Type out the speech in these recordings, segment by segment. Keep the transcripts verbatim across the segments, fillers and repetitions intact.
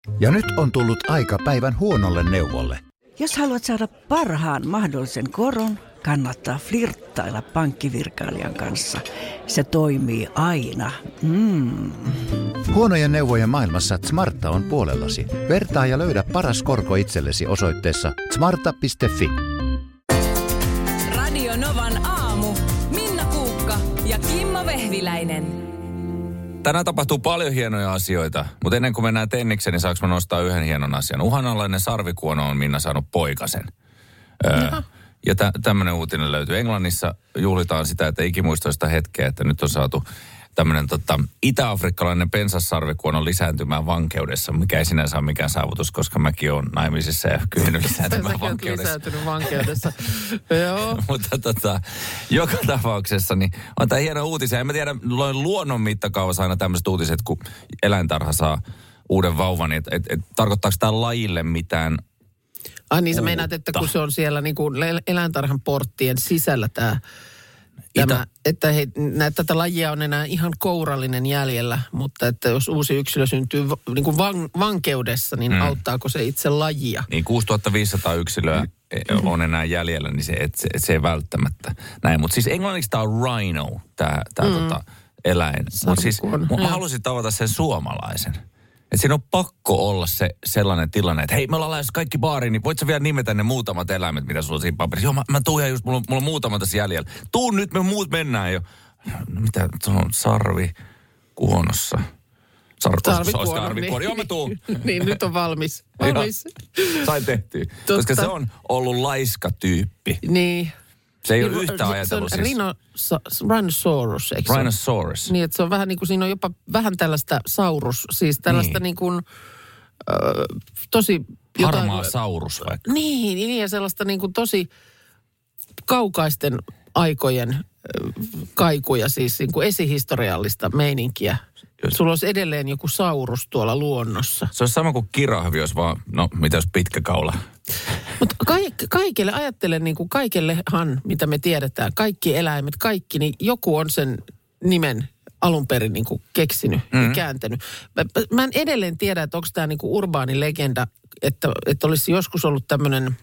Ja nyt on tullut aika päivän huonolle neuvolle. Jos haluat saada parhaan mahdollisen koron, kannattaa flirttailla pankkivirkailijan kanssa. Se toimii aina. Mm. Huonojen neuvojen maailmassa Smarta on puolellasi. Vertaa ja löydä paras korko itsellesi osoitteessa smarta piste fi. Radio Novan aamu. Minna Kuukka ja Kimmo Vehviläinen. Tänään tapahtuu paljon hienoja asioita, mutta ennen kuin mennään tennikseen, niin saanko mä nostaa yhden hienon asian? Uhanalainen sarvikuono on Minna saanut poikasen. Öö, ja tä, tämmöinen uutinen löytyy. Englannissa juhlitaan sitä, että ikimuistoista hetkeä, että nyt on saatu tämmöinen tota, itä-afrikkalainen pensassarvikuono lisääntymään vankeudessa, mikä ei sinänsä ole mikään saavutus, koska mäkin olen naimisissa ja kyennyt lisääntymään vankeudessa. lisääntynyt vankeudessa. Joo. Mutta tota, joka tapauksessa niin on tämä hieno uutisia. En mä tiedä, luonnon mittakaavassa aina tämmöiset uutiset, kun eläintarha saa uuden vauvan, niin et, et, et, tarkoittaako tämä lajille mitään Ai niin, sä uutta? meinaat, että kun se on siellä niin kuin eläintarhan porttien sisällä tämä... Tämä, että he, nä, tätä lajia on enää ihan kourallinen jäljellä, mutta että jos uusi yksilö syntyy v, niin kuin van, vankeudessa, niin mm. auttaako se itse lajia? Niin kuusituhattaviisisataa yksilöä mm. on enää jäljellä, niin se, et, se, et se ei välttämättä näin. Mutta siis englanniksi tämä on rhino, tämä mm. tota, eläin. Mutta siis mä halusin tavata sen suomalaisen. Että siinä on pakko olla se sellainen tilanne, että hei, me ollaan lähes kaikki baariin, niin voit sä vielä nimetä ne muutamat eläimet, mitä sulla on siinä paperissa? Joo, mä, mä tuun ihan just, mulla, mulla on muutama tässä jäljellä. Tuun nyt, me muut mennään jo. No mitä, tuolla on sarvi kuonossa. Sarvikuono. Sarvikuono, joo mä tuun. Niin, nyt on valmis. Valmis. Sain tehtyä, Totta. Koska se on ollut laiska tyyppi. Niin. Se ei niin, ole yhtään ajatellut se on siis. Rhino, Rhinosaurus, eikö Rhinosaurus. Niin, että se on vähän niin kuin, siinä on jopa vähän tällaista saurus, siis tällaista niin, niin kuin, ö, tosi... Jotain, harmaa saurus vaikka. Niin, niin, ja sellaista niin kuin tosi kaukaisten aikojen ö, kaikuja, siis niin kuin esihistoriallista meininkiä. Jos sulla olisi edelleen joku saurus tuolla luonnossa. Se on sama kuin kirahvi, jos vaan, no mitä jos pitkä kaula. Mutta kaik, kaikille, ajattelen niin kuin kaikillehan, mitä me tiedetään, kaikki eläimet, kaikki, niin joku on sen nimen alun perin niin kuin keksinyt mm-hmm. ja kääntänyt. Mä, mä en edelleen tiedä, että onko tämä niin kuin urbaani legenda, että, että olisi joskus ollut tämmöinen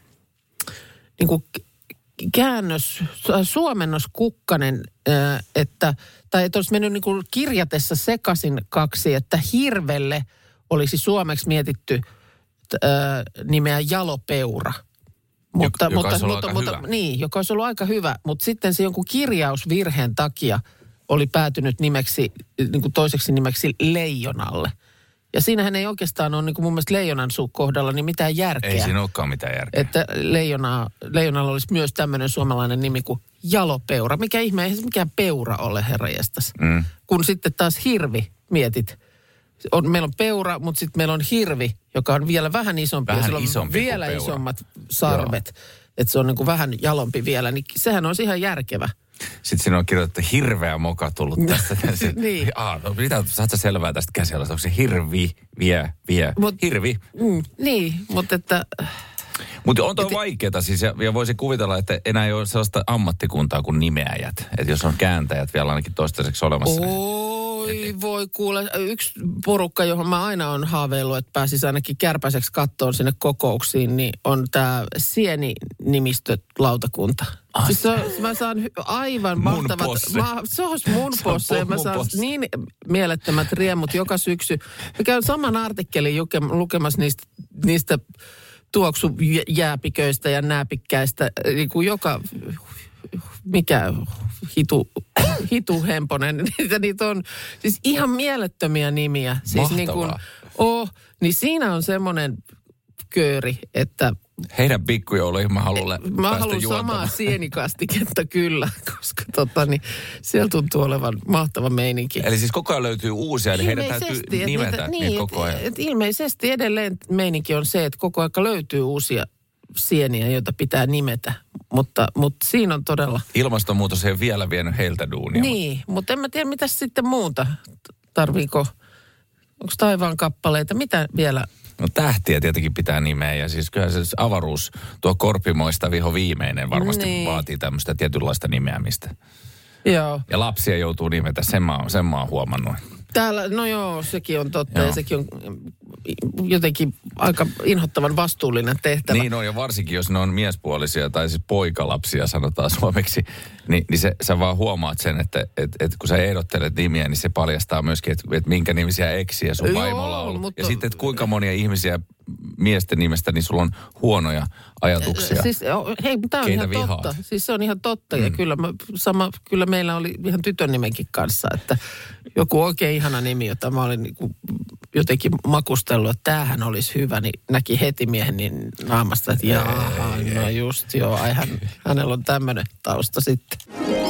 niin kuin käännös, suomennos kukkanen, että, tai että olisi mennyt niin kuin kirjatessa sekaisin kaksi, että hirvelle olisi suomeksi mietitty Äh, nimeä jalopeura. Mutta, Jok, joka mutta, mutta, mutta, niin, joka olisi ollut aika hyvä. Mutta sitten se jonkun kirjausvirheen takia oli päätynyt nimeksi, niin kuin toiseksi nimeksi leijonalle. Ja siinähän ei oikeastaan ole niin kuin mun mielestä leijonan kohdalla niin mitään järkeä. Ei siinä olekaan mitään järkeä. Että leijona, leijonalla olisi myös tämmöinen suomalainen nimi kuin jalopeura. Mikä ihme, ei se mikään peura ole, herranjestas. Mm. Kun sitten taas hirvi mietit. On, meillä on peura, mutta sitten meillä on hirvi, joka on vielä vähän isompi. Vähän ja on isompi vielä peura. Isommat sarvet. Että se on niin kuin vähän jalompi vielä. Niin sehän olisi ihan järkevä. Sitten siinä on kirjoitettu, että hirveä moka tullut tästä. Niin. Ah, no, mitä, saat sä selvää tästä käsialasta? Onko se hirvi, vie, vie, Mut, hirvi? Mm, niin, mutta että... Mutta on toi vaikeeta siis, ja, ja voisi kuvitella, että enää ei ole sellaista ammattikuntaa kuin nimeäjät. Että jos on kääntäjät vielä ainakin toistaiseksi olemassa. Oi, voi kuule. Yksi porukka, johon mä aina on haaveillut, että pääsisi ainakin kärpäiseksi kattoon sinne kokouksiin, niin on tämä Sieni-nimistölautakunta. Ah, siis se, mä saan aivan mun mahtavat... posse. Ma, se olisi mun se posse, ja mä saan posse. niin mielettömät riemut joka syksy. Mä käyn saman artikkelin lukemassa niistä, niistä tuoksujääpiköistä ja nääpikkäistä, niin kuin joka... Mikä hitu, hitu hemponen, niitä, niitä on siis ihan mielettömiä nimiä. Siis niin kuin, oh, niin siinä on semmoinen kööri, että... Heidän pikkujouluihin mä haluan Mä päästä haluan juontamaan. samaa sienikastiketta kyllä, koska tota, niin, siellä tuntuu olevan mahtava meininki. Eli siis koko ajan löytyy uusia, eli heidän täytyy Ilmeisesti, nimetä niitä, niitä niin, koko ajan. Et, et ilmeisesti edelleen meininki on se, että koko ajan löytyy uusia sieniä, joita pitää nimetä. Mutta, mutta siinä on todella... Ilmastonmuutos ei vielä vienyt heiltä duunia. Niin, mutta, mutta en mä tiedä, mitä sitten muuta. Tarviiko, onko taivaan kappaleita, mitä vielä? No tähtiä tietenkin pitää nimeä, ja siis kyllä se avaruus, tuo korpimoista viho viimeinen varmasti niin vaatii tämmöistä tietynlaista nimeämistä. Joo. Ja lapsia joutuu nimetä, sen mä, oon, sen mä oon huomannut. Täällä, no joo, sekin on totta Joo. ja sekin on jotenkin aika inhottavan vastuullinen tehtävä. Niin on, ja varsinkin jos ne on miespuolisia tai siis poikalapsia sanotaan suomeksi, niin, niin se, sä vaan huomaat sen, että et, et kun sä ehdottelet nimiä, niin se paljastaa myöskin, että et minkä nimisiä eksiä sun Joo, vaimolla on ollut. mutta... Ja sitten, että kuinka monia ihmisiä miesten nimestä, niin sulla on huonoja ajatuksia. Siis, hei, tämä on Keitä ihan vihaat. totta. Siis se on ihan totta. Mm. Ja kyllä, mä, sama, kyllä meillä oli ihan tytön nimenkin kanssa, että joku oikein ihana nimi, jota mä olin niinku jotenkin makustellut, että tämähän olisi hyvä, niin näki heti miehen niin naamasta, että jaha, no just joo, ai hän, hänellä on tämmöinen tausta sitten.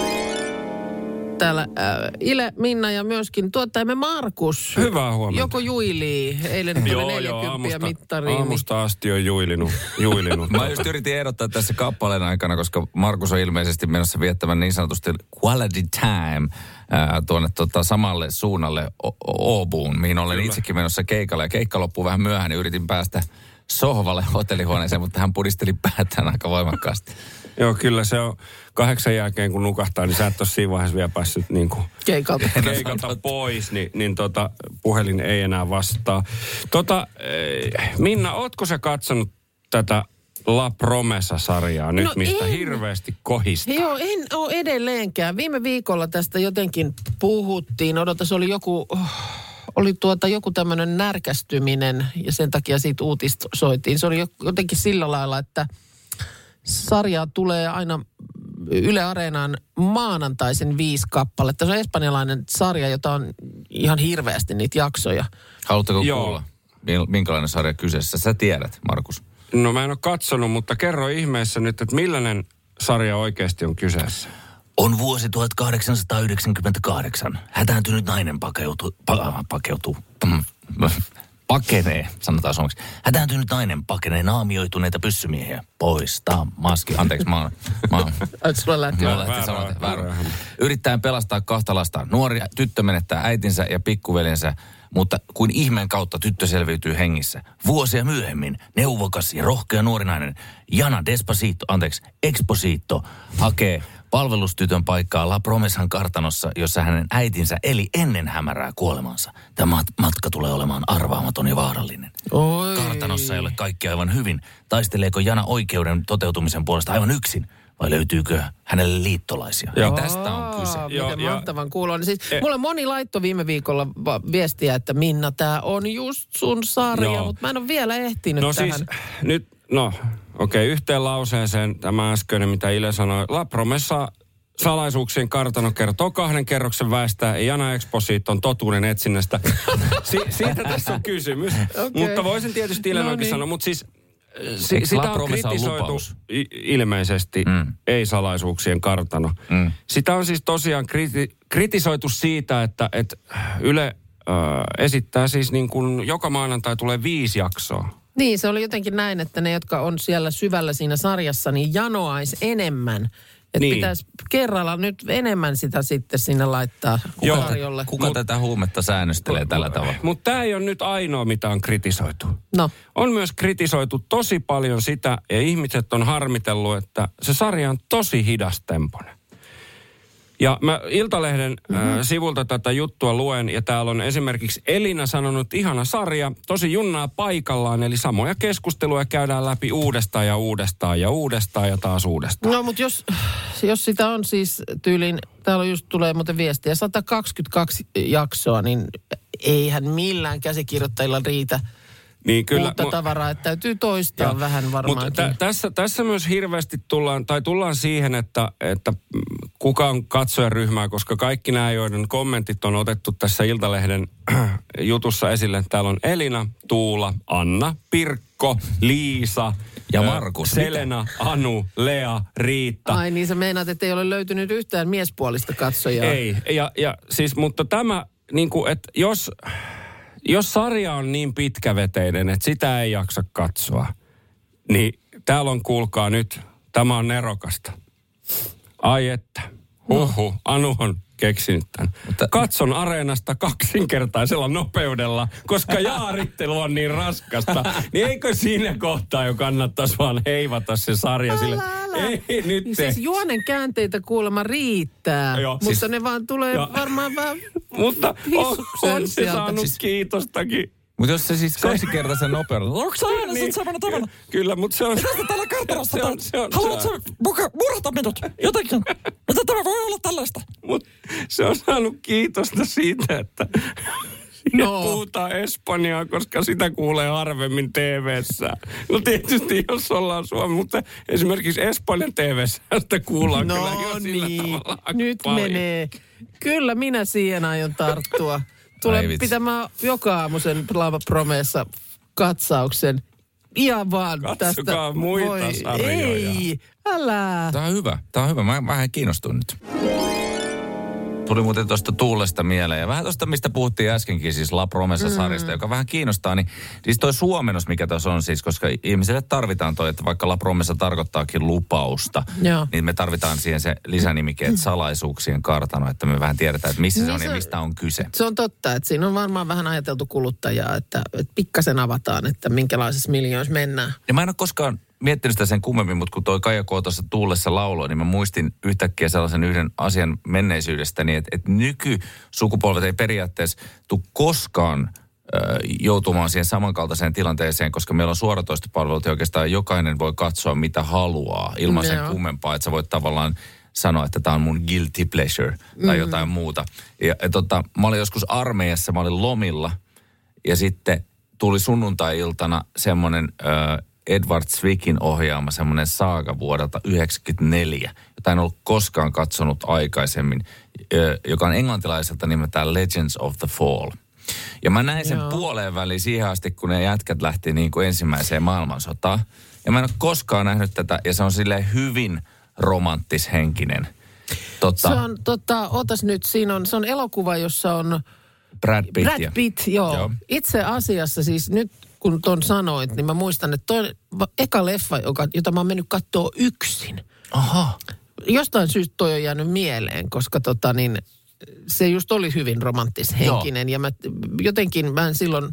Täällä äh, Ile, Minna ja myöskin tuottajamme Markus. Hyvää huomenta. Joko juilii. Eilen tuli Joo, joo, neljäkymppiä aamusta, mittariin. aamusta asti on juilinut. juilinut. Mä just yritin ehdottaa tässä kappaleen aikana, koska Markus on ilmeisesti menossa viettämään niin sanotusti quality time ää, tuonne tota, samalle suunnalle o- Oobuun, mihin olen Kyllä. itsekin menossa keikalle. Ja keikka loppuu vähän myöhään, niin yritin päästä sohvalle hotellihuoneeseen, mutta hän pudisteli päätään aika voimakkaasti. Joo, kyllä se on kahdeksan jälkeen, kun nukahtaa, niin sä et ole siinä vaiheessa vielä päässyt niin kuin Keikalta. keikalta pois, niin, niin tota, puhelin ei enää vastaa. Tota, Minna, ootko sä katsonut tätä La Promesa-sarjaa nyt, No mistä en. hirveästi kohistaa? Joo, en ole edelleenkään. Viime viikolla tästä jotenkin puhuttiin. Odota, se oli joku, oli tuota joku tämmöinen närkästyminen ja sen takia siitä uutisoitiin. Se oli jotenkin sillä lailla, että sarjaa tulee aina Yle Areenaan maanantaisin viisi kappaletta. Se on espanjalainen sarja, jota on ihan hirveästi niitä jaksoja. Haluatteko Joo. kuulla, minkälainen sarja kyseessä? Sä tiedät, Markus. No mä en ole katsonut, mutta kerro ihmeessä nyt, että millainen sarja oikeasti on kyseessä? On vuosi tuhatkahdeksansataayhdeksänkymmentäkahdeksan. Hätääntynyt nainen pakeutuu, pa, pakeutuu, pakenee, sanotaan suomeksi. Hätääntynyt nainen pakenee naamioituneita pyssymiehiä. Poistaa maski. Anteeksi, mä oon... Mä oon Sulla lähti. Mulla lähti samat, väärä. Yrittää pelastaa kahta lastaan. Nuori tyttö menettää äitinsä ja pikkuveljensä, mutta kuin ihmeen kautta tyttö selviytyy hengissä. Vuosia myöhemmin neuvokas ja rohkea nuori nainen Jana Despacito, anteeksi, Exposito, hakee palvelustytön paikkaa La Promesan kartanossa, jossa hänen äitinsä eli ennen hämärää kuolemansa. Tämä matka tulee olemaan arvaamaton ja vaarallinen. Oi. Kartanossa ei ole kaikki aivan hyvin. Taisteleeko Jana oikeuden toteutumisen puolesta aivan yksin? Vai löytyykö hänelle liittolaisia? Joo. Tästä on kyse. Aa, Joo, miten ja- mahtavan kuulon. Siis, e- mulle moni laittoi viime viikolla va- viestiä, että Minna, tää on just sun sarja, Joo. mutta mä en ole vielä ehtinyt No tähän. siis, nyt, no, okei, okay, yhteen lauseeseen tämä äskeinen, mitä Ile sanoi. La Promesa salaisuuksien kartano kertoo kahden kerroksen väestä Jana Expositon totuuden etsinnästä. si- siitä tässä on kysymys. Okay. Mutta voisin tietysti Ile No oikein niin. sanoa, mutta siis si- Eikö La sitä on Promesa kritisoitu lupaus? i- ilmeisesti, Mm. ei salaisuuksien kartano. Mm. Sitä on siis tosiaan kriti- kritisoitu siitä, että, että Yle ö, esittää siis niin kuin joka maanantai tulee viisi jaksoa. Niin, se oli jotenkin näin, että ne, jotka on siellä syvällä siinä sarjassa, niin janoais enemmän. Että Niin. pitäisi kerralla nyt enemmän sitä sitten sinne laittaa Joo. tarjolle. Kuka Mut, tätä huumetta säännöstelee tällä tavalla? Mutta tämä ei ole nyt ainoa, mitä on kritisoitu. No, On myös kritisoitu tosi paljon sitä, ja ihmiset on harmitellut, että se sarja on tosi hidastempoinen. Ja mä Iltalehden mm-hmm. äh, sivulta tätä juttua luen, ja täällä on esimerkiksi Elina sanonut, ihana sarja, tosi junnaa paikallaan, eli samoja keskusteluja käydään läpi uudestaan ja uudestaan ja uudestaan ja taas uudestaan. no mutta jos, jos sitä on siis tyylin, täällä just tulee muuten viestiä, sata kaksikymmentäkaksi jaksoa, niin eihän millään käsikirjoittajilla riitä Niin uutta mu- tavaraa, että täytyy toistaa Joo. vähän varmaankin. Mutta tä- tässä, tässä myös hirveästi tullaan, tai tullaan siihen, että, että kuka on katsojaryhmää, koska kaikki nämä, joiden kommentit on otettu tässä Iltalehden jutussa esille. Täällä on Elina, Tuula, Anna, Pirkko, Liisa, Ja ö, Markus. Selena, Anu, Lea, Riitta. Ai niin, sä meinaat, että ei ole löytynyt yhtään miespuolista katsojaa. Ei, ja, ja siis, mutta tämä, niin kuin, että jos, jos sarja on niin pitkäveteinen, että sitä ei jaksa katsoa, niin täällä on, kuulkaa nyt, tämä on nerokasta. Ai että, huhhuh, Anu on keksinyt tämän. Mutta- Katson Areenasta kaksinkertaisella nopeudella, koska jaarittelu on niin raskasta. Niin eikö siinä kohtaa jo kannattaisi vaan heivata se sarja sille? Ei nyt Siis juonen käänteitä kuulemma riittää, Joo, mutta siis- ne vaan tulee Joo. varmaan vähän Mutta on, hissukseen on se sieltä. saanut Siis- kiitostakin. Mutta jos se siis kaksikertaisen nopeudella... Onko sä aina Niin. sit samana tavalla? Kyllä, mutta se on... Mitä sä täällä kartanossa Se on- teet? se on- Haluatko se sä on- muka murhata minut? Jotenkin. Mitä tämä voi olla tällaista? Mutta se on saanut kiitosta siitä, että siinä No. puhutaan espanjaa, koska sitä kuulee harvemmin T V:ssä. No tietysti, jos ollaan Suomi, mutta esimerkiksi Espanjan T V:ssä sitä kuullaan No kyllä jo sillä niin, tavalla aika nyt paljon. menee. Kyllä minä siihen aion tarttua. Ai Tulen vitsi. pitämään joka aamuisen Lava Promessa katsauksen. Ihan vaan Katsokaa tästä. muita Voi, sarjoja. ei, älä. Tämä on hyvä. Tämä on hyvä. Mä vähän kiinnostuin nyt. Tuli muuten tuosta Tuulesta mieleen. Ja vähän tuosta, mistä puhuttiin äskenkin, siis La Promessa-sarjasta, mm. joka vähän kiinnostaa. Niin, siis toi suomennos, mikä tuossa on siis, koska ihmisille tarvitaan toi, että vaikka La Promessa tarkoittaakin lupausta, Joo. niin me tarvitaan siihen se lisänimike, että salaisuuksien kartano, että me vähän tiedetään, että missä se Niin on se- ja mistä on kyse. Se on totta, että siinä on varmaan vähän ajateltu kuluttajaa, että, että pikkasen avataan, että minkälaisessa miljoonassa mennään. Ja mä en ole koskaan miettinyt sitä sen kummemmin, mutta kun toi Kaija K. tuossa Tuulessa lauloi, niin mä muistin yhtäkkiä sellaisen yhden asian menneisyydestäni, että, että nykysukupolvet ei periaatteessa tule koskaan ö, joutumaan siihen samankaltaiseen tilanteeseen, koska meillä on suoratoistopalvelut ja oikeastaan jokainen voi katsoa mitä haluaa ilman sen Joo. kummempaa, että sä voit tavallaan sanoa, että tämä on mun guilty pleasure tai mm. jotain muuta. Ja, ja tota, mä olin joskus armeijassa, mä olin lomilla ja sitten tuli sunnuntai-iltana semmoinen ö, Edward Zwickin ohjaama semmoinen saaga vuodelta yhdeksänkymmentäneljä, jota en ollut koskaan katsonut aikaisemmin, ö, joka on englantilaiselta nimeltään Legends of the Fall. Ja mä näin sen Joo. puoleen väliin siihen asti, kun ne jätkät lähti niin kuin ensimmäiseen maailmansotaan. Ja mä en ole koskaan nähnyt tätä, ja se on silleen hyvin romanttishenkinen. Totta, Se on, tota, otas nyt, siinä on, se on elokuva, jossa on Brad Pitt. Brad ja- Pitt, joo. Joo. Itse asiassa siis nyt, kun ton sanoit, niin mä muistan, että toi va- eka leffa, joka, jota mä oon mennyt kattoo yksin. Aha. Jostain syystä toi on jäänyt mieleen, koska tota niin, se just oli hyvin romanttishenkinen. Ja mä jotenkin, mä en silloin,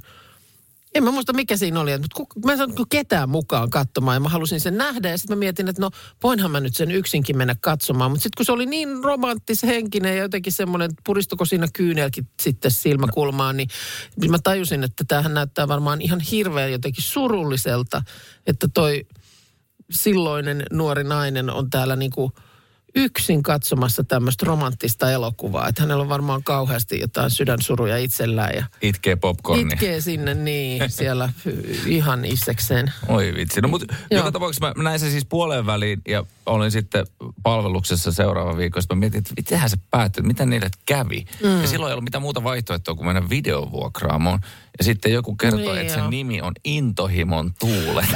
en mä muista mikä siinä oli, mutta ku- mä en saanut ketään mukaan katsomaan ja mä halusin sen nähdä. Ja sitten mä mietin, että no voinhan mä nyt sen yksinkin mennä katsomaan. Mutta sitten kun se oli niin romanttishenkinen ja jotenkin semmoinen, puristuko siinä kyynelkin sitten silmäkulmaan, niin mä tajusin, että tämähän näyttää varmaan ihan hirveän jotenkin surulliselta, että toi silloinen nuori nainen on täällä niinku yksin katsomassa tämmöistä romanttista elokuvaa. Että hänellä on varmaan kauheasti jotain sydänsuruja itsellään ja Itkee popcornia. itkee sinne niin siellä ihan issekseen. Oi vitsi. No mutta joka tapauksessa mä näin sen siis puoleen väliin ja olin sitten palveluksessa seuraava viikko. Sitten mä mietin, että mitenhän se päättyi, mitä niille kävi. Mm. Ja silloin ei ollut mitään muuta vaihtoehtoa kuin mennä videovuokraamoon. Ja sitten joku kertoi, Niin että sen joo. nimi on Intohimon tuulet.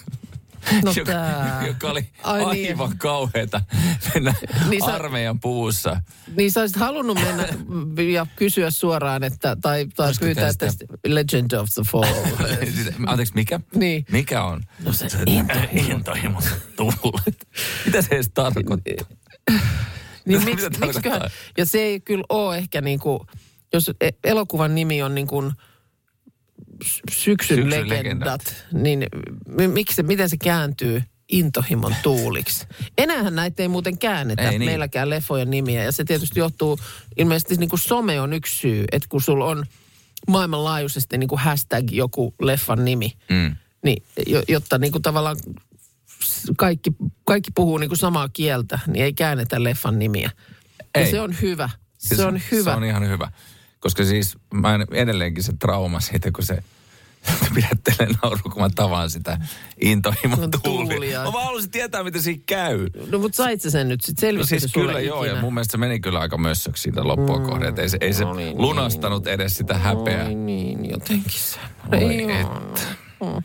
No joka, tää. joka oli Ai aivan niin. kauheata mennä Niin sä- armeijan puvussa. Niin sä olisit halunnut mennä ja kysyä suoraan, että, tai, tai Olisiko pyytää, tästä- että Legend of the Fall. Siis, Anteeksi, mikä? Niin. Mikä on? No se Intohimon tuulet. Mitä se edes tarkoittaa? Niin Mitä miksi, tarkoittaa? miksiköhän, ja se ei kyllä ole ehkä niin kuin, jos e- elokuvan nimi on niin kuin syksyn, Syksyn legendat, legendat. niin mi- miksi se, miten se kääntyy Intohimon tuuliksi? Enäähän näitä ei muuten käännetä Ei niin. meilläkään leffojen nimiä, ja se tietysti johtuu, ilmeisesti niin kuin some on yksi syy, että kun sulla on maailmanlaajuisesti niin kuin hashtag joku leffan nimi, Mm. niin jo- jotta niin kuin tavallaan kaikki, kaikki puhuu niin kuin samaa kieltä, niin ei käännetä leffan nimiä. Ja Ei. se on hyvä. Se, Se on hyvä. Se on ihan hyvä. Koska siis mä en edelleenkin se trauma siitä, kun se pidättelee nauru, kun mä tavaan sitä Intohimon On tuulia. tuulia. Mä vaan haluaisin tietää, miten siinä käy. No mutta sait sä sen nyt sitten? No Selvisikö siis se sulle kyllä ikinä? joo, ja mun mielestä se meni kyllä aika mössöksi siitä loppua Mm. kohden. Ei se, ei se No niin, lunastanut edes sitä häpeää. Oi niin, jotenkin se. Oi Ei et. oo.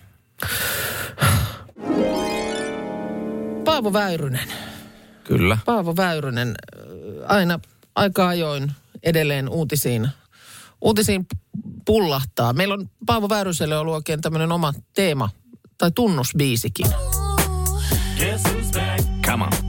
Paavo Väyrynen. Kyllä. Paavo Väyrynen äh, aina aika ajoin edelleen uutisiin, uutisiin pullahtaa. Meillä on Paavo Väyryselle ollut oikein tämmöinen oma teema tai tunnusbiisikin. Come on.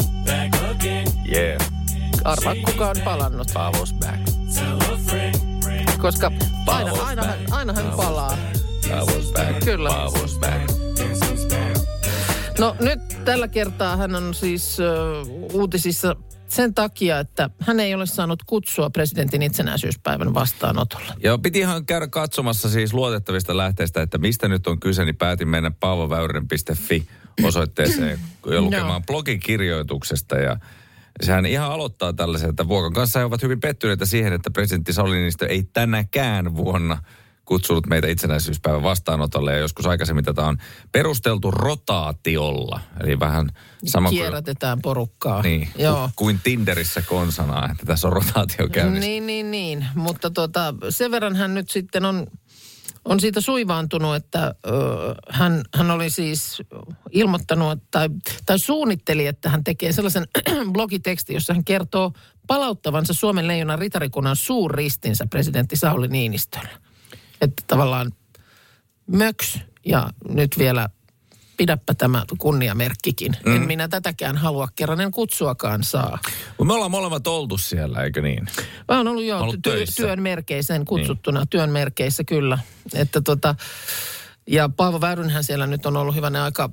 Yeah. Arvaa kuka on palannut. Paavo's back. Koska aina, Paavo's aina, hän, back. aina hän palaa. Paavo's back. Kyllä. Paavo's back. No nyt tällä kertaa hän on siis uh, uutisissa sen takia, että hän ei ole saanut kutsua presidentin itsenäisyyspäivän vastaanotolle. Joo, piti ihan käydä katsomassa siis luotettavista lähteistä, että mistä nyt on kyse, niin päätin mennä paavoväyrynen piste fi osoitteeseen ja lukemaan blogikirjoituksesta. Ja sehän ihan aloittaa tällaisen, että Vuokan kanssa he ovat hyvin pettyneitä siihen, että presidentti Sauli Niinistö ei tänäkään vuonna kutsunut meitä itsenäisyyspäivän vastaanotolle. Ja joskus aikaisemmin tätä on perusteltu rotaatiolla. Eli vähän sama kuin... Kierrätetään porukkaa. Niin, Joo. kuin Tinderissä konsana, että tässä on rotaatio käynnissä. Niin, niin, niin. Mutta tota, sen verran hän nyt sitten on, on siitä suivaantunut, että ö, hän, hän oli siis ilmoittanut tai, tai suunnitteli, että hän tekee sellaisen blogitekstin, jossa hän kertoo palauttavansa Suomen leijonan ritarikunnan suurristinsä presidentti Sauli Niinistölle. Että tavallaan möks ja nyt vielä pidäpä tämä kunniamerkkikin. Mm. En minä tätäkään halua, kerran en kutsuakaan saa. Me ollaan molemmat oltu siellä, eikö niin? Mä oon ollut jo ollut ty- työn merkeisen kutsuttuna, niin. Työn merkeissä kyllä. Että tota, ja Paavo Väyrynhän siellä nyt on ollut hyvänä aika...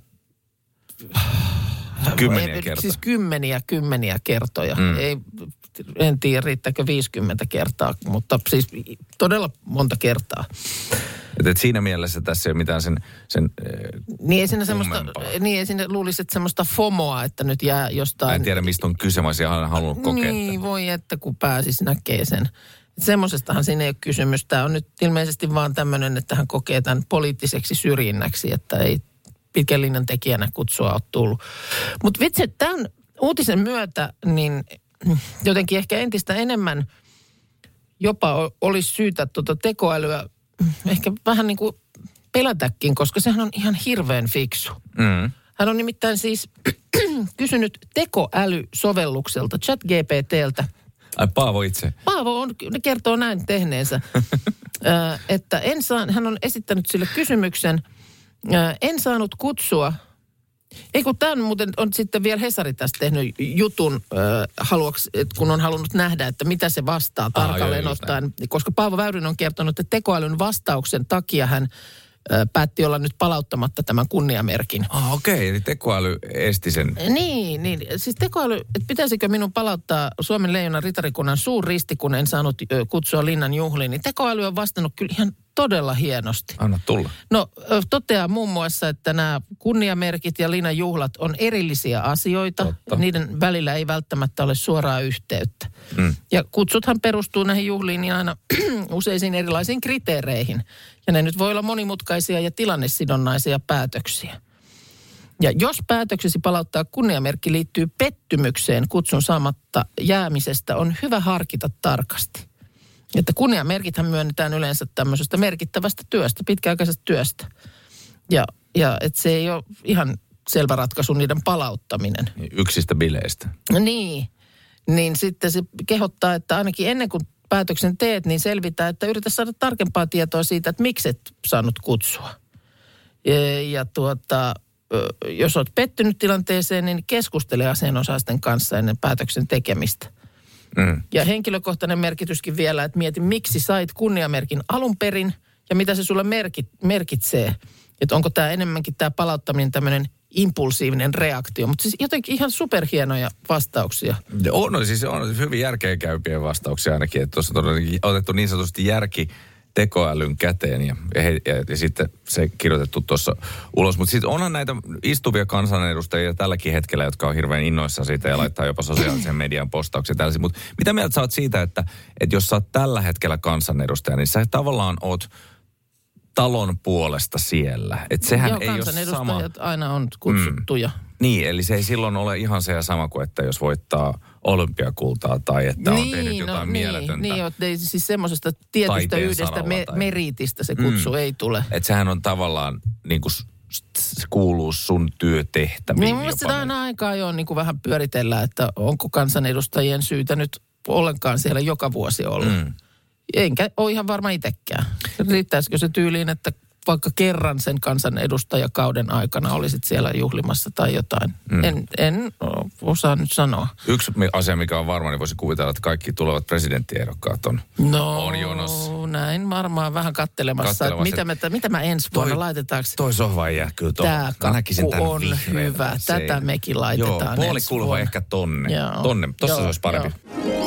Kymmeniä ei, kertoja. Siis kymmeniä, kymmeniä kertoja. Mm. Ei, en tiedä, riittääkö viisikymmentä kertaa, mutta siis todella monta kertaa. Että et siinä mielessä tässä ei ole mitään sen, sen niin ei siinä semmoista, niin ei siinä luulisi, että semmoista FOMOa, että nyt jää jostain... Mä en tiedä, mistä on kyse, mä olisin halunnut kokea. Niin, voi että kun pääsis näkee sen. Semmoisestahan siinä ei ole kysymys. Tämä on nyt ilmeisesti vaan tämmöinen, että hän kokee tämän poliittiseksi syrjinnäksi, että ei pitkän linjan tekijänä kutsua ole tullut. Mutta vitsi, tämän uutisen myötä, niin jotenkin ehkä entistä enemmän jopa olisi syytä tuota tekoälyä ehkä vähän niin kuin pelätäkin, koska sehän on ihan hirveän fiksu. Mm. Hän on nimittäin siis kysynyt tekoälysovellukselta, ChatGPTltä. Ai Paavo itse? Paavo on, ne kertoo näin tehneensä, ö, että en saa, hän on esittänyt sille kysymyksen, ö, en saanut kutsua. Ei kun tämä on muuten, on sitten vielä Hesari tästä tehnyt jutun, äh, haluaks, et kun on halunnut nähdä, että mitä se vastaa tarkalleen ah, ottaen. Näin. Koska Paavo Väyrynen on kertonut, että tekoälyn vastauksen takia hän äh, päätti olla nyt palauttamatta tämän kunniamerkin. Ah okei, okay. Eli tekoäly esti sen. Niin, niin. Siis tekoäly, että pitäisikö minun palauttaa Suomen leijonan ritarikunnan suurristi, kun en saanut ö, kutsua linnan juhliin, niin tekoäly on vastannut kyllä ihan todella hienosti. Anna tulla. No toteaa muun muassa, että nämä kunniamerkit ja linnan juhlat on erillisiä asioita. Totta. Niiden välillä ei välttämättä ole suoraa yhteyttä. Mm. Ja kutsuthan perustuu näihin juhliin niin aina useisiin erilaisiin kriteereihin. Ja ne nyt voi olla monimutkaisia ja tilannesidonnaisia päätöksiä. Ja jos päätöksesi palauttaa kunniamerkki liittyy pettymykseen kutsun saamatta jäämisestä, on hyvä harkita tarkasti. Että kunniamerkithän myönnetään yleensä tämmöisestä merkittävästä työstä, pitkäaikaisesta työstä. Ja, ja että se ei ole ihan selvä ratkaisu niiden palauttaminen. Yksistä bileistä. Niin, niin sitten se kehottaa, että ainakin ennen kuin päätöksen teet, niin selvitää, että yritä saada tarkempaa tietoa siitä, että miksi et saanut kutsua. Ja, ja tuota, jos olet pettynyt tilanteeseen, niin keskustele asianosaisten kanssa ennen päätöksen tekemistä. Mm. Ja henkilökohtainen merkityskin vielä, että mieti, miksi sait kunniamerkin alun perin ja mitä se sulle merkit, merkitsee. Että onko tämä enemmänkin tämä palauttaminen tämmöinen impulsiivinen reaktio. Mutta siis jotenkin ihan superhienoja vastauksia. On, no siis on hyvin järkeenkäypiä vastauksia ainakin. Että tuossa on otettu niin sanotusti järki tekoälyn käteen ja, ja, ja, ja sitten se kirjoitettu tuossa ulos. Mutta sitten onhan näitä istuvia kansanedustajia tälläkin hetkellä, jotka on hirveän innoissaan siitä ja laittaa jopa sosiaalisen median postauksia tällaisia. Mutta mitä mieltä sä oot siitä, että, että jos sä oot tällä hetkellä kansanedustaja, niin sä tavallaan oot talon puolesta siellä. Että sehän Joo, ei ole sama. Kansanedustajat aina on kutsuttuja. Mm. Niin, eli se ei silloin ole ihan se ja sama kuin, että jos voittaa olympiakultaa tai että niin, on tehnyt jotain no, mieletöntä. Niin, niin ei, siis semmoisesta tietystä yhdestä me, tai... meritistä se kutsu mm. ei tule. Että sehän on tavallaan niin kuin kuuluu sun työtehtäviin. Niin mun mielestä sitä aina aikaa jo niin kuin vähän pyöritellään, että onko kansanedustajien syytä nyt ollenkaan siellä joka vuosi olla. Mm. Enkä ole ihan varma itsekään. Riittäisikö se tyyliin, että vaikka kerran sen kansanedustajakauden aikana olisit siellä juhlimassa tai jotain. Mm. En, en osaa nyt sanoa. Yksi asia, mikä on varma, niin voisi kuvitella, että kaikki tulevat presidenttiehdokkaat on, no, on jonossa. Näin varmaan vähän kattelemassa. kattelemassa. Mitä, me, mitä mä ensi vuonna toi, laitetaanko? Toi sohva jää kyllä tuohon. Tämä kakku on vihreän, hyvä. Se, tätä mekin laitetaan. Joo, puolikulho ehkä tonne. Joo. Tonne, tossa joo, se olisi parempi. Joo.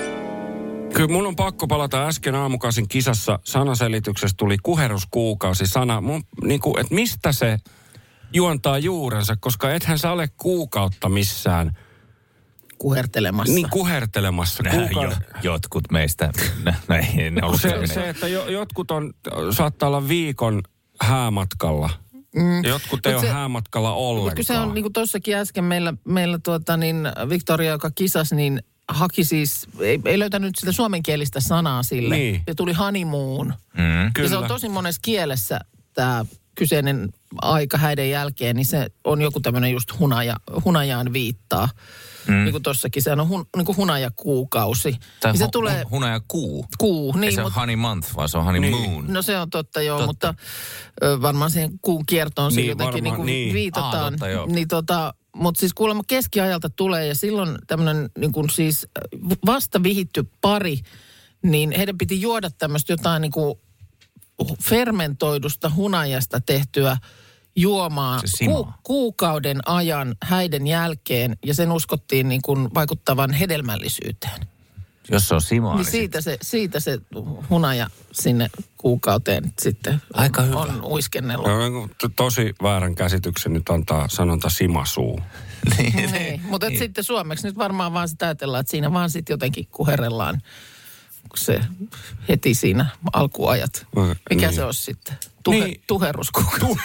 Kyllä mun on pakko palata äsken aamukasin kisassa sanaselityksessä tuli kuheruskuukausi sana. Mun, niin kuin, että mistä se juontaa juurensa, koska ethän sä ole kuukautta missään kuhertelemassa. Niin, kuhertelemassa. Jo, jotkut meistä, näin ne ollut se, se, että jo, jotkut on, saattaa olla viikon häämatkalla. Mm. Jotkut ei Mut ole se, häämatkalla ollenkaan. Kyllä se on, niin kuin tuossakin äsken meillä, meillä tuota, niin Victoria, joka kisasi, niin haki siis, ei, ei löytänyt sitä suomenkielistä sanaa sille. Niin. Ja tuli honeymoon. Mm, ja se on tosi monessa kielessä tämä kyseinen aika häiden jälkeen, niin se on joku tämmöinen just hunaja, hunajaan viittaa. Mm. Niin kuin tossakin, se on hun, niin kuin hunajakuukausi. Tai niin se hu, tulee hunajakuu. Kuu, niin. Ei se mut, on honey month, vaan se on honeymoon. Niin. No se on totta, joo, totta. mutta ö, varmaan siihen kuun kiertoon niin, jotenkin niin kuin niin. viitataan. Aa, totta, joo. Niin tota, mutta siis kuulemma keskiajalta tulee ja silloin tämmöinen niin kuin siis vasta vihitty pari, niin heidän piti juoda tämmöistä jotain niin kuin fermentoidusta hunajasta tehtyä juomaa ku, kuukauden ajan häiden jälkeen ja sen uskottiin niin kuin vaikuttavan hedelmällisyyteen. Jos se on simaa, niin, niin siitä, se, siitä se hunaja sinne kuukauteen sitten aika hyvä. On uiskennellut. No, tosi väärän käsityksen nyt antaa sanonta simasuu. niin, niin. Mutta niin. Sitten suomeksi nyt varmaan vaan sitä ajatellaan, että siinä vaan sitten jotenkin kuherellaan se heti siinä alkuajat. Mikä niin. Se olisi sitten? Tuhe, niin. Tuheruskuukausi.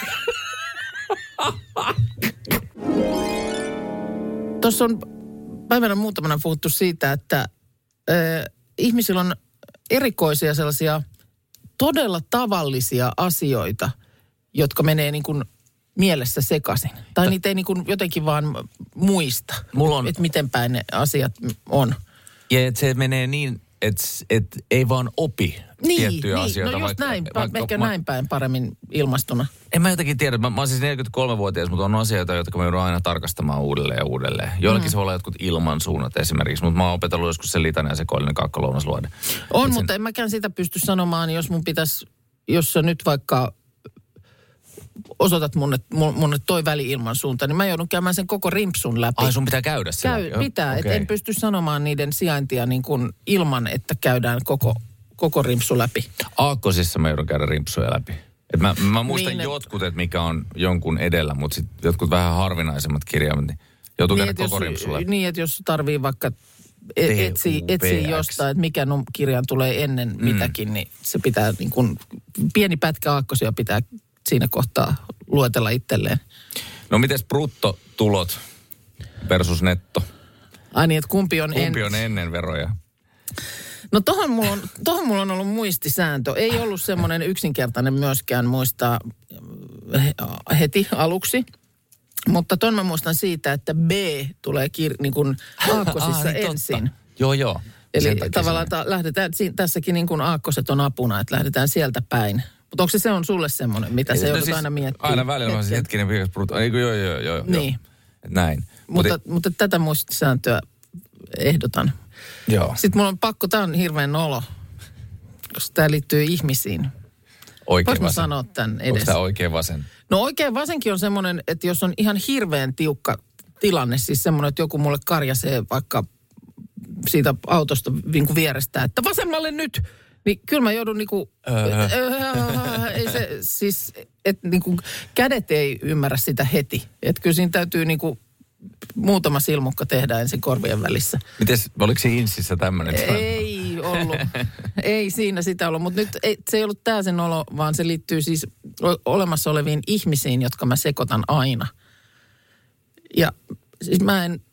Tuossa on päivänä muutamana puhuttu siitä, että äh, ihmisillä on erikoisia sellaisia todella tavallisia asioita, jotka menee niin kuin mielessä sekaisin. Tai niitä ei niin kuin jotenkin vaan muista, on... että miten päin ne asiat on. Ja että se menee niin, että et ei vaan opi niin, tiettyjä niin. asioita. No just vaikka, näin, vaikka, ehkä mä, näin päin paremmin ilmastuna. En mä jotenkin tiedä, mä, mä oon siis neljäkymmentäkolmevuotias, mutta on asioita, jotka mä joudun aina tarkastamaan uudelleen ja uudelleen. Joillakin mm. se voi olla jotkut ilmansuunnat esimerkiksi, mutta mä oon opetellut joskus sen litania ja sekoillinen kakkolonasluode. On, sen... mutta en mäkään sitä pysty sanomaan, jos mun pitäisi, jos sä nyt vaikka osoitat munne, munne toi väli-ilmansuunta, niin mä joudun käymään sen koko rimpsun läpi. Ai sun pitää käydä sen Käy, läpi? Pitää, okay. että en pysty sanomaan niiden sijaintia niin kuin ilman, että käydään koko, koko rimpsu läpi. Aakkosissa mä joudun käydä rimpsuja läpi. Et mä, mä muistan niin, jotkut, että mikä on jonkun edellä, mutta sit jotkut vähän harvinaisemmat kirjaimet, niin joutuu niin, käydä koko rimpsu läpi. Niin, että jos tarvii vaikka etsiä etsi jostain, että mikä kirjan tulee ennen mm. mitäkin, niin se pitää niin kuin, pieni pätkä aakkosia pitää siinä kohtaa luetella itselleen. No mites bruttotulot versus netto? Ai niin, että kumpi on, kumpi en... on ennen veroja? No tohon mulla, on, tohon mulla on ollut muistisääntö. Ei ollut semmoinen yksinkertainen myöskään muistaa heti aluksi. Mutta ton mä muistan siitä, että B tulee kir- niin kuin aakkosissa ah, niin ensin. Joo, joo. Eli tavallaan ta- lähdetään, tässäkin niin kuin aakkoset on apuna, että lähdetään sieltä päin. Mutta onko se, se on sulle semmoinen, mitä se joudut siis aina miettimään? Aina välillä on se hetkinen viikas bruto. Eikö joo, joo, joo. Niin. Jo. Näin. Mutta, Mut, mutta tätä muistisääntöä ehdotan. Joo. Sitten mulla on pakko, tää on hirveän nolo, koska tää liittyy ihmisiin. Oikein Voinko vasen. sanoa tämän edes? Onko tää oikein vasen? No oikein vasenkin on semmoinen, että jos on ihan hirveän tiukka tilanne, siis semmoinen, että joku mulle karjasee vaikka siitä autosta niin vierestä, että vasemmalle nyt! Niin kyllä mä joudun niinku, öö. öö, ei se siis, että niinku kädet ei ymmärrä sitä heti. Että kyllä siinä täytyy niinku muutama silmukka tehdä ensin korvien välissä. Mites, oliko se Insissä tämmöinen? Ei ollut. Ei siinä sitä ollut, mutta nyt ei, se ei ollut tää sen olo, vaan se liittyy siis olemassa oleviin ihmisiin, jotka mä sekoitan aina. Ja siis mä en...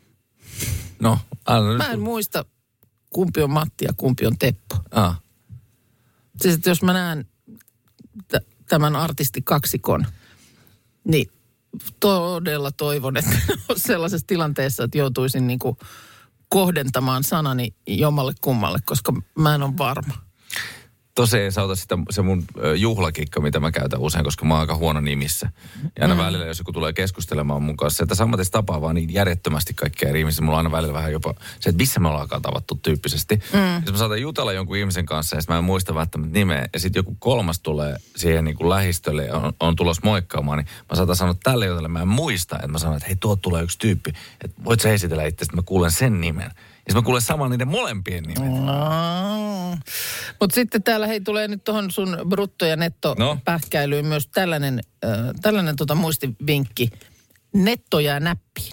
No, anna Mä en muista, kumpi on Matti ja kumpi on Teppo. Ah. Siis, että jos mä näen t- tämän artistikaksikon, niin todella toivon, että sellaisessa tilanteessa, että joutuisin niinku kohdentamaan sanani jommalle kummalle, koska mä en ole varma. Tosi ei sauta sitä, se mun juhlakikka, mitä mä käytän usein, koska mä oon aika huono nimissä. Ja aina mm. välillä, jos joku tulee keskustelemaan mun kanssa, että samaten tapaa vaan niin järjettömästi kaikkia eri ihmisiä. Mulla on aina välillä vähän jopa se, että missä me ollaan tavattu tyyppisesti. Mm. Jos mä saatan jutella jonkun ihmisen kanssa ja sitten mä en muista välttämättä nimeä. Ja sitten joku kolmas tulee siihen niin kuin lähistölle ja on, on tulossa moikkaamaan, niin mä saatan sanoa tälle jotalle, mä en muista. Että mä sanon, että hei, tuot tulee yksi tyyppi. Että voit sä esitellä itse, että mä kuulen sen nimen. Ja mä kuulen saman niiden molempien nimet. No. Mutta sitten täällä hei tulee nyt tuohon sun brutto- ja nettopähkäilyyn no. myös tällainen, äh, tällainen tota muistivinkki. Netto jää näppiin.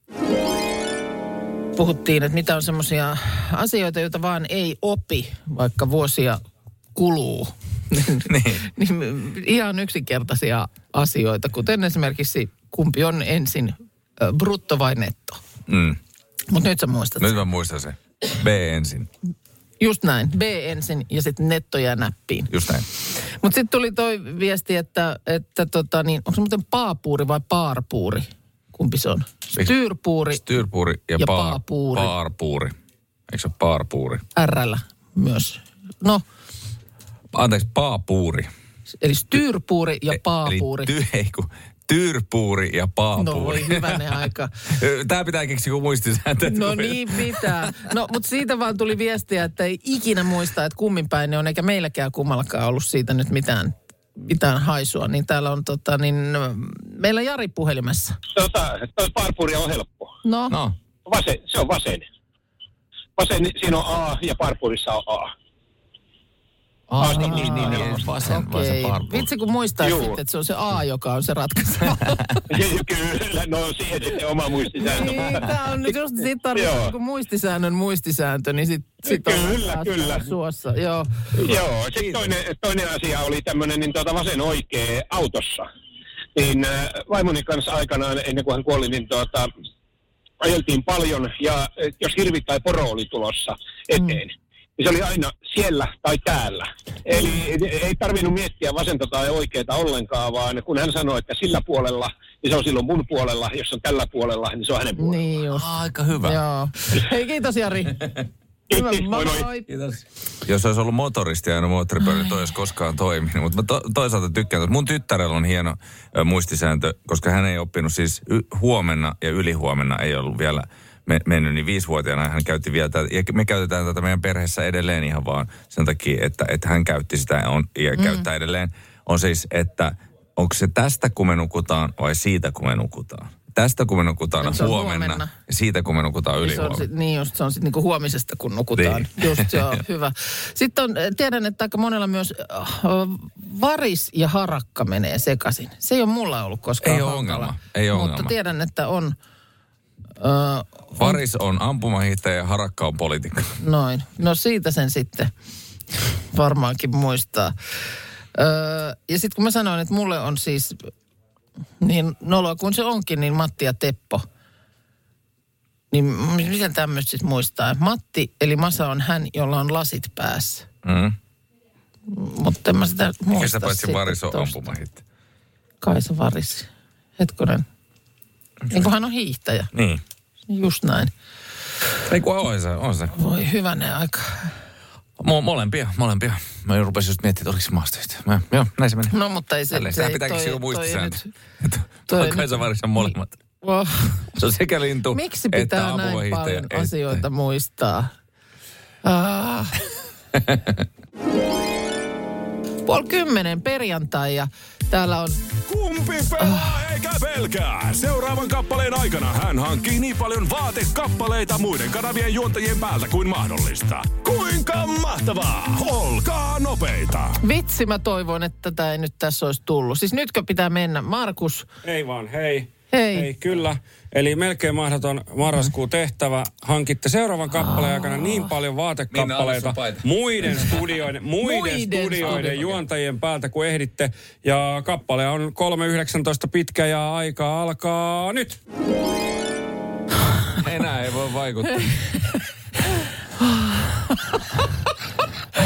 Puhuttiin, että mitä on semmoisia asioita, joita vaan ei opi, vaikka vuosia kuluu. niin. niin ihan yksinkertaisia asioita, kuten esimerkiksi kumpi on ensin äh, brutto vai netto. Mm. Mutta nyt sä muistat Nyt sen. mä muistan sen. B ensin. Just näin. B ensin ja sitten netto jää näppiin. Just näin. Mutta sitten tuli toi viesti, että, että tota niin, onko se muuten paapuuri vai paarpuuri? Kumpi se on? Styrpuuri. Styrpuuri ja, ja paar, paapuuri. Paarpuuri. Eikö se ole paarpuuri? R:llä myös. No. Anteeksi, paapuuri. Eli styrpuuri ja paapuuri. Eli ty, ei kun, tyrpuuri ja paapuuri. No voi hyvänen aika. Tää pitää keksiä kuin muistisääntö. No niin pitää. No mutta siitä vaan tuli viestiä, että ei ikinä muista, että kummin päin ne on, eikä meilläkään kummallakaan ollut siitä nyt mitään, mitään haisua. Niin täällä on tota niin, meillä on Jari puhelimessa. Tota, toi parpuuri on helppo. No. no. Vasen, se on vasen. Vasen, siinä on A ja parpuurissa on A. Ah, niin, niin, niin, niin. Vasen, okay. vasen parpuuri. Vitsi kun muistaa sitten, että se on se A, joka on se ratkaiseva. Kyllä, no siihen sitten oma muistisääntö. Niin, tää on nyt just siitä tarvitsen kun muistisäännön muistisääntö, niin sit, sit on kyllä, kyllä. suossa. Joo, Joo sitten toinen, toinen asia oli tämmöinen niin tuota vasen oikea autossa. Niin äh, vaimoni kanssa aikanaan, ennen kuin hän kuoli, niin tuota, ajeltiin paljon ja jos hirvi tai poro oli tulossa eteen, mm. niin se oli aina siellä tai täällä. Eli ei tarvinnut miettiä vasenta tai oikeaa ollenkaan, vaan kun hän sanoi, että sillä puolella, niin se on silloin mun puolella. Jos on tällä puolella, niin se on hänen puolella. Niin just. Ah, aika hyvä. Joo. Hei, kiitos Jari. Hyvä, moi moi. Kiitos. Jos olisi ollut motoristi aina moottoripyörä, niin toi olisi koskaan toiminut. Mutta mä to, toisaalta tykkään. Mun tyttärellä on hieno ö, muistisääntö, koska hän ei oppinut siis y, huomenna ja ylihuomenna ei ollut vielä me, mennyt, niin viisivuotiaana hän käytti vielä tätä. Ja me käytetään tätä meidän perheessä edelleen ihan vaan sen takia, että, että hän käytti sitä on, ja mm. käyttää edelleen. On siis, että onko se tästä kun me nukutaan vai siitä kun me nukutaan? Tästä kun me nukutaan huomenna, huomenna ja siitä kun me nukutaan ylihuomenna. Sit, niin just, se on sitten niinku huomisesta kun nukutaan. Niin. Just joo, hyvä. Sitten on, tiedän, että aika monella myös äh, varis ja harakka menee sekaisin. Se ei ole mulla ollut koskaan Ei ole hankala. ongelma, ei ole Mutta ongelma. tiedän, että on... Äh, varis on ampumahiihtäjä ja harakka on poliitikko. Noin. No siitä sen sitten varmaankin muistaa. Öö, ja sitten kun mä sanoin, että mulle on siis... Niin noloa kuin se onkin, niin Matti ja Teppo. Niin miten tämmöistä sitten muistaa? Matti, eli Masa on hän, jolla on lasit päässä. Mm. Mutta en mä sitä muista. Kestä paitsi varis on ampumahit. Kaisa Varis. Hetkonen. Niin kuin hän on hiihtäjä. Niin. Just näin. Ei kun on se, on se. Voi hyvänen aika. Mo- molempia, molempia. Mä rupesin just miettimään, että oliko se maastoista. Mä, joo, näin se meni. No mutta ei se... Tälleen, sitä pitääkin silloin muistisääntö. Kaisa Varis on molemmat. Oh. Se on sekä lintu, miksi pitää näin paljon että asioita muistaa? Ah. Puoli kymmenen perjantai ja täällä on... Kumpi pelaa oh. eikä pelkää? Seuraavan kappaleen aikana hän hankkii niin paljon vaatekappaleita muiden kanavien juontajien päältä kuin mahdollista. Kuinka mahtavaa? Olkaa nopeita. Vitsi, mä toivon, että tätä ei nyt tässä olisi tullut. Siis nytkö pitää mennä? Markus. Ei vaan, hei. Hei. Hei, kyllä. Eli melkein mahdoton marraskuun tehtävä. Hankitte seuraavan kappaleen aikana niin paljon vaatekappaleita niin muiden studioiden, muiden, muiden studioiden juontajien päältä, kun ehditte. Ja kappale on kolme yhdeksäntoista pitkä ja aika alkaa nyt. Enää ei voi vaikuttaa.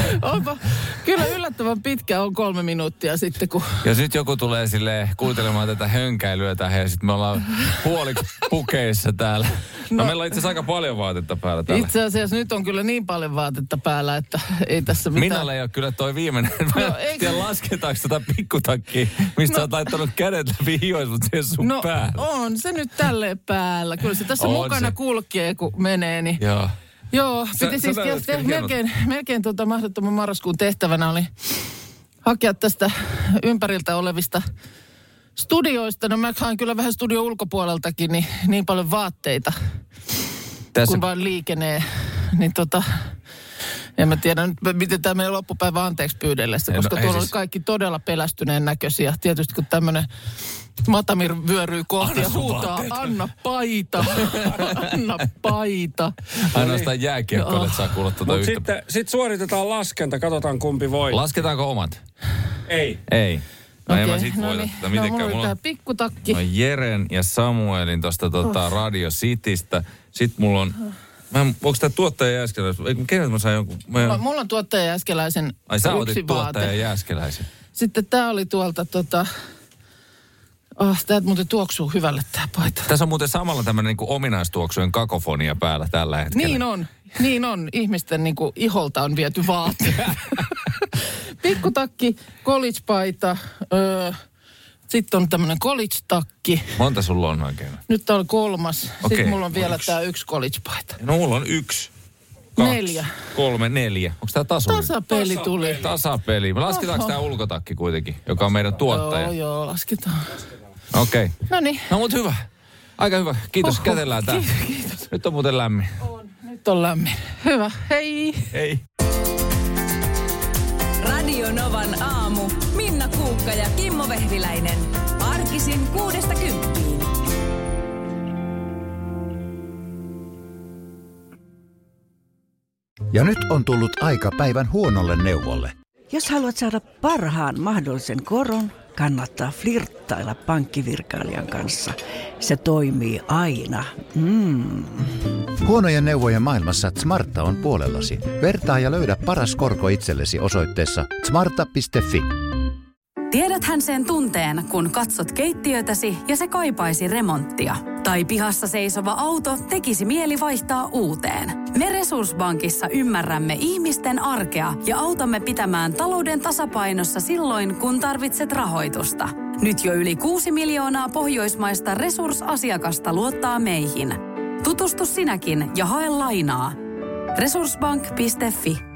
Onpa, kyllä yllättävän pitkä on kolme minuuttia sitten, kun... Ja sitten joku tulee silleen kuuntelemaan tätä hönkäilyä tähän ja sitten me ollaan puoliksi pukeissa täällä. No, no meillä on itse asiassa aika paljon vaatetta päällä täällä. Itse asiassa nyt on kyllä niin paljon vaatetta päällä, että ei tässä mitään... Minälle ei ole kyllä toi viimeinen. Mä en tiedä, lasketaanko tätä pikkutakkiä, mistä no, sä oot laittanut kädet läpi hioissa, mutta se on sun no, päällä. on se nyt tälleen päällä. Kyllä se tässä on mukana se. Kulkee, kun menee, niin... Joo. Joo, piti sä, siis te, melkein, melkein tuota mahdottoman marraskuun tehtävänä oli hakea tästä ympäriltä olevista studioista. No mä haen kyllä vähän studio ulkopuoleltakin, niin, niin paljon vaatteita, tässä... kun vaan liikenee. Niin tota, en mä tiedä nyt, miten tämä menee loppupäivä anteeksi pyydellessä, koska no, tuolla siis... oli kaikki todella pelästyneen näköisiä. Tietysti kun tämmöinen Matamir vyöryy kohti ja huutaa, vaatteet. Anna paita, anna paita. Ainoastaan jääkiekkoille, että saa kuulla tuota Mut yhtä. sitten sit suoritetaan laskenta, katsotaan kumpi voi. Lasketaanko omat? Ei. Ei. No okei, en mä sit no voita niin. tätä mitenkään. No mulla mulla on tää pikkutakki. No Jeren ja Samuelin tosta tota oh. Radio Citystä. Sitten mulla on... Mä, onko tää tuottaja Jääskeläisen? Kenet mä sain jonkun? Mä... Mulla, mulla on tuottaja Jääskeläisen Ai sä yksi otit tuottaja Jääskeläisen. Sitten tää oli tuolta tota... Oh, tää muuten tuoksuu hyvälle tää paita. Tässä on muuten samalla tämmönen niinku ominaistuoksujen kakofonia päällä tällä hetkellä. Niin on, niin on. Ihmisten niinku iholta on viety vaatteet. Pikkutakki, college-paita, öö, sitten on tämmönen college-takki. Monta sulla on oikein? Nyt tää on kolmas. Okei, sitten mulla on vielä yksi. tää yksi college-paita. No mulla on yksi. Kaksi, neljä. Kolme, neljä. Onko tää tasuri? Tasapeli tuli. Tasapeli. Me lasketaanko tää ulkotakki kuitenkin, joka on meidän tuottaja? Joo, joo, lasketaan. Okei. Okay. Noniin. No mut hyvä. Aika hyvä. Kiitos, Oho, kätellään tää. Kiitos, kiitos. Nyt on muuten lämmin. On, nyt on lämmin. Hyvä, hei. Hei. Radio Novan aamu. Minna Kuukka ja Kimmo Vehviläinen. Arkisin kuudesta kymppiin. Ja nyt on tullut aika päivän huonolle neuvolle. Jos haluat saada parhaan mahdollisen koron, kannattaa flirttailla pankkivirkailijan kanssa. Se toimii aina. Mm. Huonojen neuvojen maailmassa Smarta on puolellasi. Vertaa ja löydä paras korko itsellesi osoitteessa smarta piste fi. Tiedäthän sen tunteen, kun katsot keittiötäsi ja se kaipaisi remonttia. Tai pihassa seisova auto tekisi mieli vaihtaa uuteen. Me Resurssbankissa ymmärrämme ihmisten arkea ja autamme pitämään talouden tasapainossa silloin, kun tarvitset rahoitusta. Nyt jo yli kuusi miljoonaa pohjoismaista resursasiakasta luottaa meihin. Tutustu sinäkin ja hae lainaa. resurssbank piste fi.